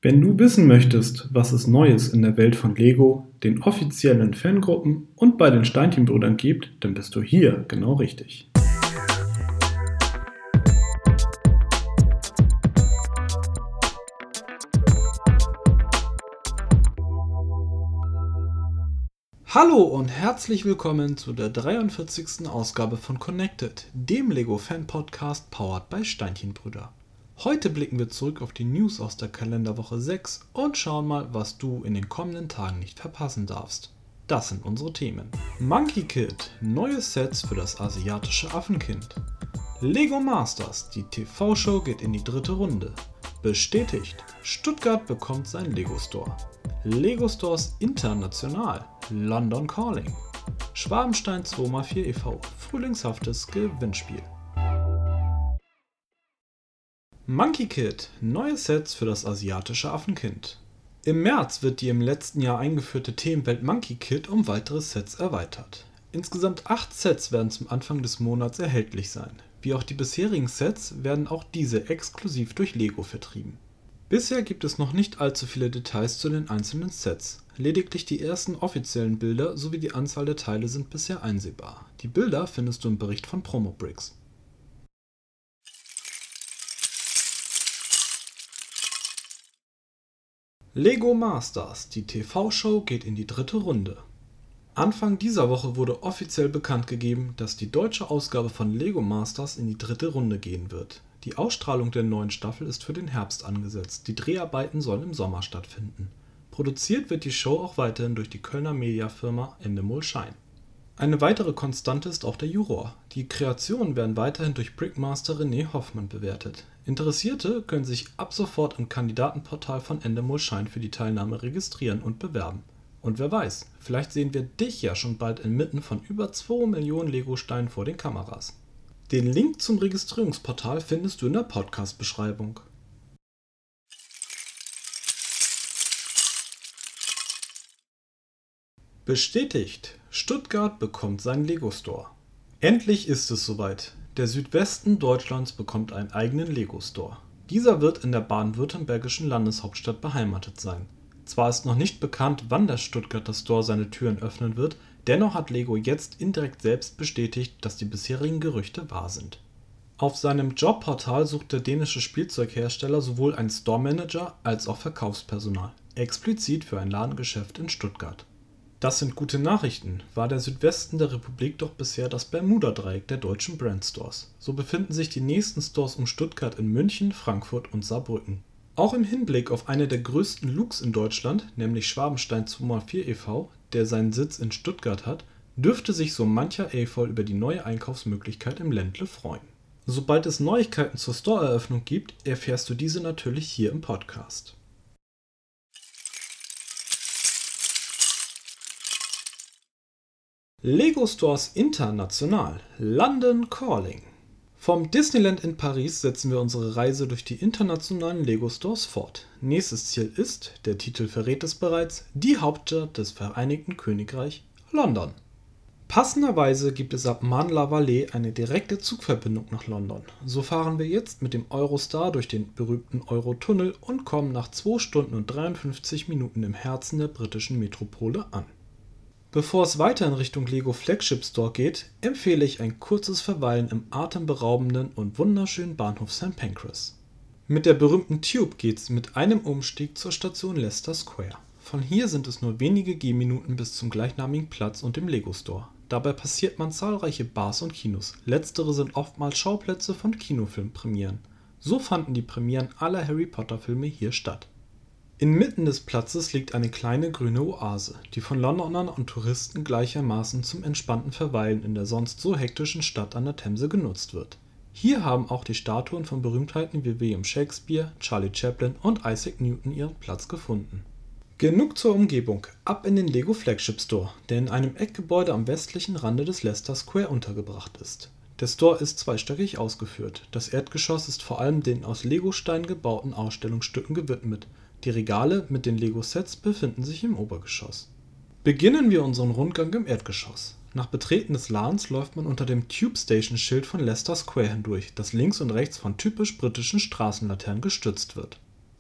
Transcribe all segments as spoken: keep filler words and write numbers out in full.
Wenn du wissen möchtest, was es Neues in der Welt von Lego, den offiziellen Fangruppen und bei den Steinchenbrüdern gibt, dann bist du hier genau richtig. Hallo und herzlich willkommen zu der dreiundvierzigsten Ausgabe von Connected, dem Lego-Fan-Podcast powered by Steinchenbrüder. Heute blicken wir zurück auf die News aus der Kalenderwoche sechs und schauen mal, was du in den kommenden Tagen nicht verpassen darfst. Das sind unsere Themen. Monkey Kid, neue Sets für das asiatische Affenkind. Lego Masters, die T V-Show geht in die dritte Runde. Bestätigt, Stuttgart bekommt sein Lego Store. Lego Stores international, London Calling. Schwabenstein zwei mal vier e V, frühlingshaftes Gewinnspiel. Monkey Kid, neue Sets für das asiatische Affenkind. Im März wird die im letzten Jahr eingeführte Themenwelt Monkey Kid um weitere Sets erweitert. Insgesamt acht Sets werden zum Anfang des Monats erhältlich sein. Wie auch die bisherigen Sets werden auch diese exklusiv durch Lego vertrieben. Bisher gibt es noch nicht allzu viele Details zu den einzelnen Sets. Lediglich die ersten offiziellen Bilder sowie die Anzahl der Teile sind bisher einsehbar. Die Bilder findest du im Bericht von Promobricks. Lego Masters, die T V-Show geht in die dritte Runde. Anfang dieser Woche wurde offiziell bekannt gegeben, dass die deutsche Ausgabe von Lego Masters in die dritte Runde gehen wird. Die Ausstrahlung der neuen Staffel ist für den Herbst angesetzt, die Dreharbeiten sollen im Sommer stattfinden. Produziert wird die Show auch weiterhin durch die Kölner Mediafirma Endemol Shine. Eine weitere Konstante ist auch der Juror. Die Kreationen werden weiterhin durch Brickmaster René Hoffmann bewertet. Interessierte können sich ab sofort im Kandidatenportal von Endemol Shine für die Teilnahme registrieren und bewerben. Und wer weiß, vielleicht sehen wir dich ja schon bald inmitten von über zwei Millionen Lego-Steinen vor den Kameras. Den Link zum Registrierungsportal findest du in der Podcast-Beschreibung. Bestätigt, Stuttgart bekommt seinen Lego Store. Endlich ist es soweit. Der Südwesten Deutschlands bekommt einen eigenen Lego Store. Dieser wird in der baden-württembergischen Landeshauptstadt beheimatet sein. Zwar ist noch nicht bekannt, wann der Stuttgarter Store seine Türen öffnen wird, dennoch hat Lego jetzt indirekt selbst bestätigt, dass die bisherigen Gerüchte wahr sind. Auf seinem Jobportal sucht der dänische Spielzeughersteller sowohl einen Store-Manager als auch Verkaufspersonal, explizit für ein Ladengeschäft in Stuttgart. Das sind gute Nachrichten, war der Südwesten der Republik doch bisher das Bermuda-Dreieck der deutschen Brandstores. So befinden sich die nächsten Stores um Stuttgart in München, Frankfurt und Saarbrücken. Auch im Hinblick auf eine der größten Looks in Deutschland, nämlich Schwabenstein zwei mal vier e V, der seinen Sitz in Stuttgart hat, dürfte sich so mancher A-Voll über die neue Einkaufsmöglichkeit im Ländle freuen. Sobald es Neuigkeiten zur Store-Eröffnung gibt, erfährst du diese natürlich hier im Podcast. Lego Stores international, London Calling. Vom Disneyland in Paris setzen wir unsere Reise durch die internationalen Lego Stores fort. Nächstes Ziel ist, der Titel verrät es bereits, die Hauptstadt des Vereinigten Königreichs, London. Passenderweise gibt es ab Marne-la-Vallée eine direkte Zugverbindung nach London. So fahren wir jetzt mit dem Eurostar durch den berühmten Eurotunnel und kommen nach zwei Stunden und dreiundfünfzig Minuten im Herzen der britischen Metropole an. Bevor es weiter in Richtung Lego Flagship Store geht, empfehle ich ein kurzes Verweilen im atemberaubenden und wunderschönen Bahnhof Sankt Pancras. Mit der berühmten Tube geht's mit einem Umstieg zur Station Leicester Square. Von hier sind es nur wenige Gehminuten bis zum gleichnamigen Platz und dem Lego Store. Dabei passiert man zahlreiche Bars und Kinos. Letztere sind oftmals Schauplätze von Kinofilmpremieren. So fanden die Premieren aller Harry Potter Filme hier statt. Inmitten des Platzes liegt eine kleine grüne Oase, die von Londonern und Touristen gleichermaßen zum entspannten Verweilen in der sonst so hektischen Stadt an der Themse genutzt wird. Hier haben auch die Statuen von Berühmtheiten wie William Shakespeare, Charlie Chaplin und Isaac Newton ihren Platz gefunden. Genug zur Umgebung, ab in den Lego Flagship Store, der in einem Eckgebäude am westlichen Rande des Leicester Square untergebracht ist. Der Store ist zweistöckig ausgeführt. Das Erdgeschoss ist vor allem den aus Legosteinen gebauten Ausstellungsstücken gewidmet. Die Regale mit den Lego-Sets befinden sich im Obergeschoss. Beginnen wir unseren Rundgang im Erdgeschoss. Nach Betreten des Ladens läuft man unter dem Tube Station Schild von Leicester Square hindurch, das links und rechts von typisch britischen Straßenlaternen gestützt wird.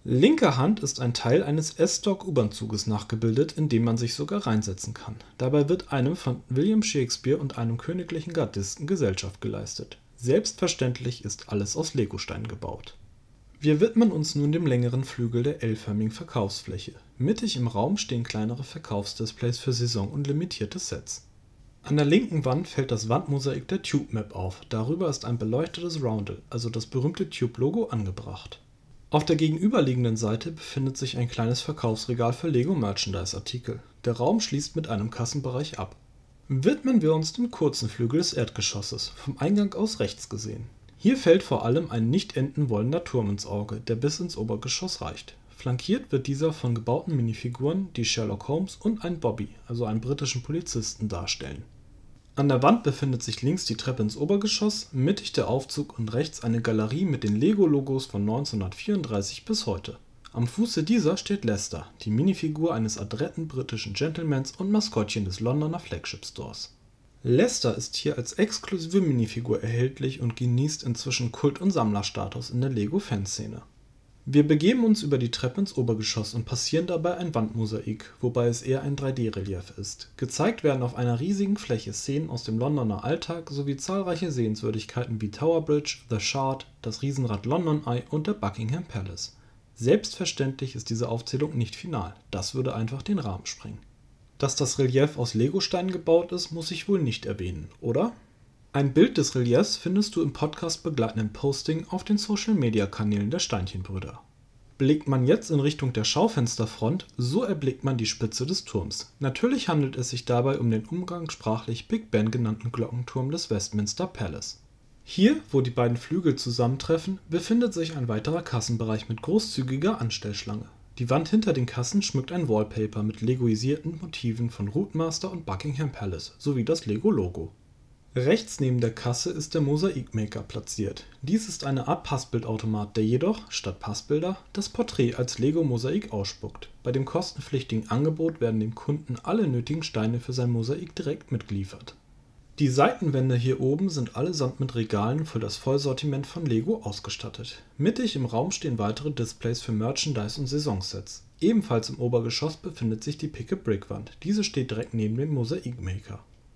Linke Hand ist ein Teil eines S-Dog-U-Bahn-Zuges nachgebildet, in dem man sich sogar reinsetzen kann. Dabei wird einem von William Shakespeare und einem königlichen Gardisten Gesellschaft geleistet. Selbstverständlich ist alles aus Legosteinen gebaut. Wir widmen uns nun dem längeren Flügel der L-förmigen Verkaufsfläche. Mittig im Raum stehen kleinere Verkaufsdisplays für Saison- und limitierte Sets. An der linken Wand fällt das Wandmosaik der Tube Map auf. Darüber ist ein beleuchtetes Roundel, also das berühmte Tube-Logo, angebracht. Auf der gegenüberliegenden Seite befindet sich ein kleines Verkaufsregal für Lego-Merchandise-Artikel. Der Raum schließt mit einem Kassenbereich ab. Widmen wir uns dem kurzen Flügel des Erdgeschosses, vom Eingang aus rechts gesehen. Hier fällt vor allem ein nicht enden wollender Turm ins Auge, der bis ins Obergeschoss reicht. Flankiert wird dieser von gebauten Minifiguren, die Sherlock Holmes und einen Bobby, also einen britischen Polizisten, darstellen. An der Wand befindet sich links die Treppe ins Obergeschoss, mittig der Aufzug und rechts eine Galerie mit den Lego-Logos von neunzehnhundertvierunddreißig bis heute. Am Fuße dieser steht Lester, die Minifigur eines adretten britischen Gentlemans und Maskottchen des Londoner Flagship Stores. Lester ist hier als exklusive Minifigur erhältlich und genießt inzwischen Kult- und Sammlerstatus in der Lego-Fanszene. Wir begeben uns über die Treppe ins Obergeschoss und passieren dabei ein Wandmosaik, wobei es eher ein drei D-Relief ist. Gezeigt werden auf einer riesigen Fläche Szenen aus dem Londoner Alltag sowie zahlreiche Sehenswürdigkeiten wie Tower Bridge, The Shard, das Riesenrad London Eye und der Buckingham Palace. Selbstverständlich ist diese Aufzählung nicht final, das würde einfach den Rahmen sprengen. Dass das Relief aus Legosteinen gebaut ist, muss ich wohl nicht erwähnen, oder? Ein Bild des Reliefs findest du im Podcast begleitenden Posting auf den Social-Media-Kanälen der Steinchenbrüder. Blickt man jetzt in Richtung der Schaufensterfront, so erblickt man die Spitze des Turms. Natürlich handelt es sich dabei um den umgangssprachlich Big Ben genannten Glockenturm des Westminster Palace. Hier, wo die beiden Flügel zusammentreffen, befindet sich ein weiterer Kassenbereich mit großzügiger Anstellschlange. Die Wand hinter den Kassen schmückt ein Wallpaper mit legoisierten Motiven von Routemaster und Buckingham Palace sowie das Lego-Logo. Rechts neben der Kasse ist der Mosaikmaker platziert. Dies ist eine Art Passbildautomat, der jedoch, statt Passbilder, das Porträt als Lego-Mosaik ausspuckt. Bei dem kostenpflichtigen Angebot werden dem Kunden alle nötigen Steine für sein Mosaik direkt mitgeliefert. Die Seitenwände hier oben sind allesamt mit Regalen für das Vollsortiment von Lego ausgestattet. Mittig im Raum stehen weitere Displays für Merchandise und Saisonsets. Ebenfalls im Obergeschoss befindet sich die Pick-a-Brick-Wand. Diese steht direkt neben dem Mosaikmaker.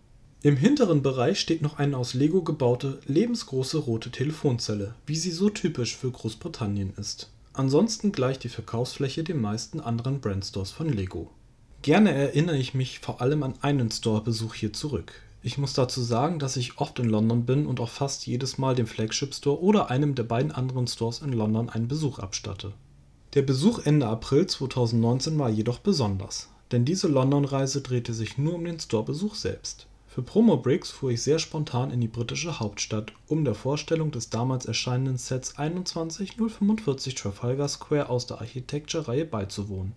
Im hinteren Bereich steht noch eine aus Lego gebaute, lebensgroße rote Telefonzelle, wie sie so typisch für Großbritannien ist. Ansonsten gleicht die Verkaufsfläche den meisten anderen Brandstores von Lego. Gerne erinnere ich mich vor allem an einen Store-Besuch hier zurück. Ich muss dazu sagen, dass ich oft in London bin und auch fast jedes Mal dem Flagship Store oder einem der beiden anderen Stores in London einen Besuch abstatte. Der Besuch Ende April zweitausendneunzehn war jedoch besonders, denn diese London-Reise drehte sich nur um den Store-Besuch selbst. Für Promo-Bricks fuhr ich sehr spontan in die britische Hauptstadt, um der Vorstellung des damals erscheinenden Sets einundzwanzig null fünfundvierzig Trafalgar Square aus der Architecture-Reihe beizuwohnen.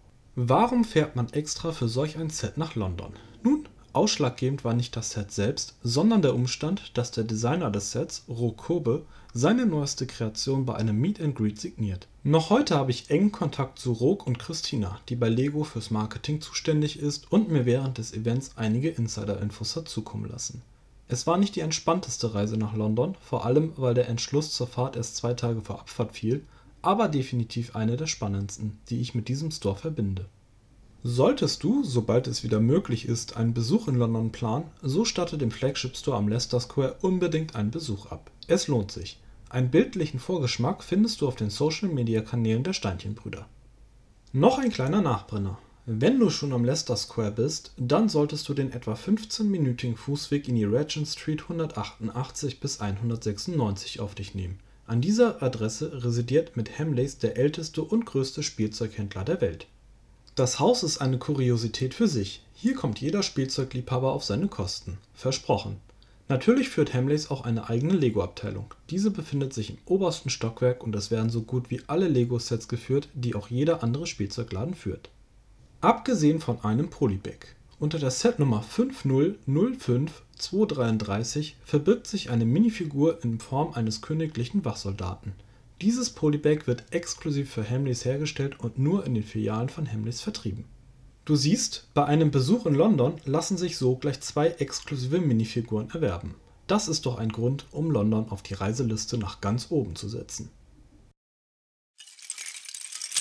Warum fährt man extra für solch ein Set nach London? Nun, ausschlaggebend war nicht das Set selbst, sondern der Umstand, dass der Designer des Sets, Ro Kobe, seine neueste Kreation bei einem Meet and Greet signiert. Noch heute habe ich engen Kontakt zu Rok und Christina, die bei Lego fürs Marketing zuständig ist und mir während des Events einige Insider-Infos hat zukommen lassen. Es war nicht die entspannteste Reise nach London, vor allem weil der Entschluss zur Fahrt erst zwei Tage vor Abfahrt fiel, aber definitiv eine der spannendsten, die ich mit diesem Store verbinde. Solltest du, sobald es wieder möglich ist, einen Besuch in London planen, so statte dem Flagship Store am Leicester Square unbedingt einen Besuch ab. Es lohnt sich. Einen bildlichen Vorgeschmack findest du auf den Social-Media-Kanälen der Steinchenbrüder. Noch ein kleiner Nachbrenner. Wenn du schon am Leicester Square bist, dann solltest du den etwa fünfzehnminütigen Fußweg in die Regent Street hundertachtundachtzig bis hundertsechsundneunzig auf dich nehmen. An dieser Adresse residiert mit Hamleys der älteste und größte Spielzeughändler der Welt. Das Haus ist eine Kuriosität für sich. Hier kommt jeder Spielzeugliebhaber auf seine Kosten. Versprochen. Natürlich führt Hamleys auch eine eigene Lego-Abteilung. Diese befindet sich im obersten Stockwerk und es werden so gut wie alle Lego-Sets geführt, die auch jeder andere Spielzeugladen führt. Abgesehen von einem Polybag. Unter der Setnummer fünf null null fünf zwei drei verbirgt sich eine Minifigur in Form eines königlichen Wachsoldaten. Dieses Polybag wird exklusiv für Hamleys hergestellt und nur in den Filialen von Hamleys vertrieben. Du siehst, bei einem Besuch in London lassen sich so gleich zwei exklusive Minifiguren erwerben. Das ist doch ein Grund, um London auf die Reiseliste nach ganz oben zu setzen.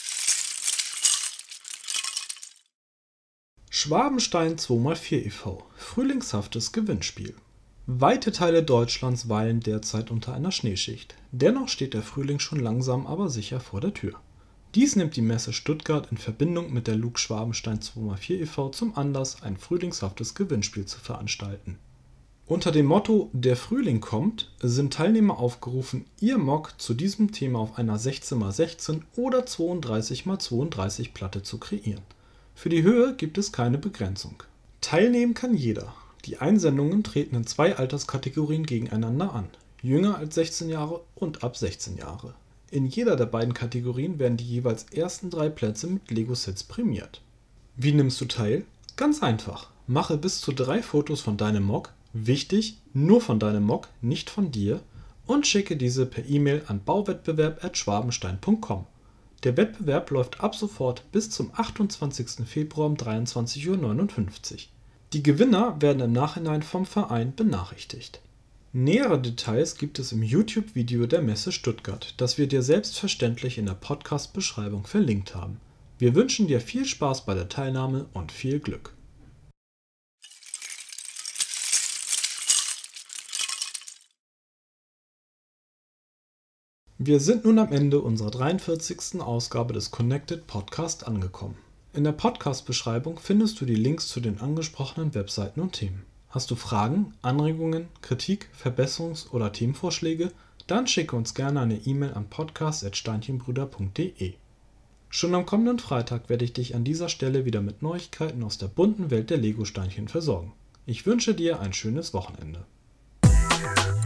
Schwabenstein zwei mal vier e V – Frühlingshaftes Gewinnspiel. Weite Teile Deutschlands weilen derzeit unter einer Schneeschicht. Dennoch steht der Frühling schon langsam aber sicher vor der Tür. Dies nimmt die Messe Stuttgart in Verbindung mit der L U G Schwabenstein zwei mal vier e V zum Anlass, ein frühlingshaftes Gewinnspiel zu veranstalten. Unter dem Motto „Der Frühling kommt“ sind Teilnehmer aufgerufen, ihr Mock zu diesem Thema auf einer sechzehn mal sechzehn oder zweiunddreißig mal zweiunddreißig Platte zu kreieren. Für die Höhe gibt es keine Begrenzung. Teilnehmen kann jeder. Die Einsendungen treten in zwei Alterskategorien gegeneinander an: jünger als sechzehn Jahre und ab sechzehn Jahre. In jeder der beiden Kategorien werden die jeweils ersten drei Plätze mit Lego-Sets prämiert. Wie nimmst du teil? Ganz einfach. Mache bis zu drei Fotos von deinem Mock, wichtig, nur von deinem Mock, nicht von dir, und schicke diese per E-Mail an bauwettbewerb at schwabenstein punkt com. Der Wettbewerb läuft ab sofort bis zum achtundzwanzigsten Februar um dreiundzwanzig Uhr neunundfünfzig. Die Gewinner werden im Nachhinein vom Verein benachrichtigt. Nähere Details gibt es im YouTube-Video der Messe Stuttgart, das wir dir selbstverständlich in der Podcast-Beschreibung verlinkt haben. Wir wünschen dir viel Spaß bei der Teilnahme und viel Glück. Wir sind nun am Ende unserer dreiundvierzigsten Ausgabe des Connected Podcast angekommen. In der Podcast-Beschreibung findest du die Links zu den angesprochenen Webseiten und Themen. Hast du Fragen, Anregungen, Kritik, Verbesserungs- oder Themenvorschläge? Dann schicke uns gerne eine E-Mail an podcast at steinchenbrüder punkt de. Schon am kommenden Freitag werde ich dich an dieser Stelle wieder mit Neuigkeiten aus der bunten Welt der Lego-Steinchen versorgen. Ich wünsche dir ein schönes Wochenende.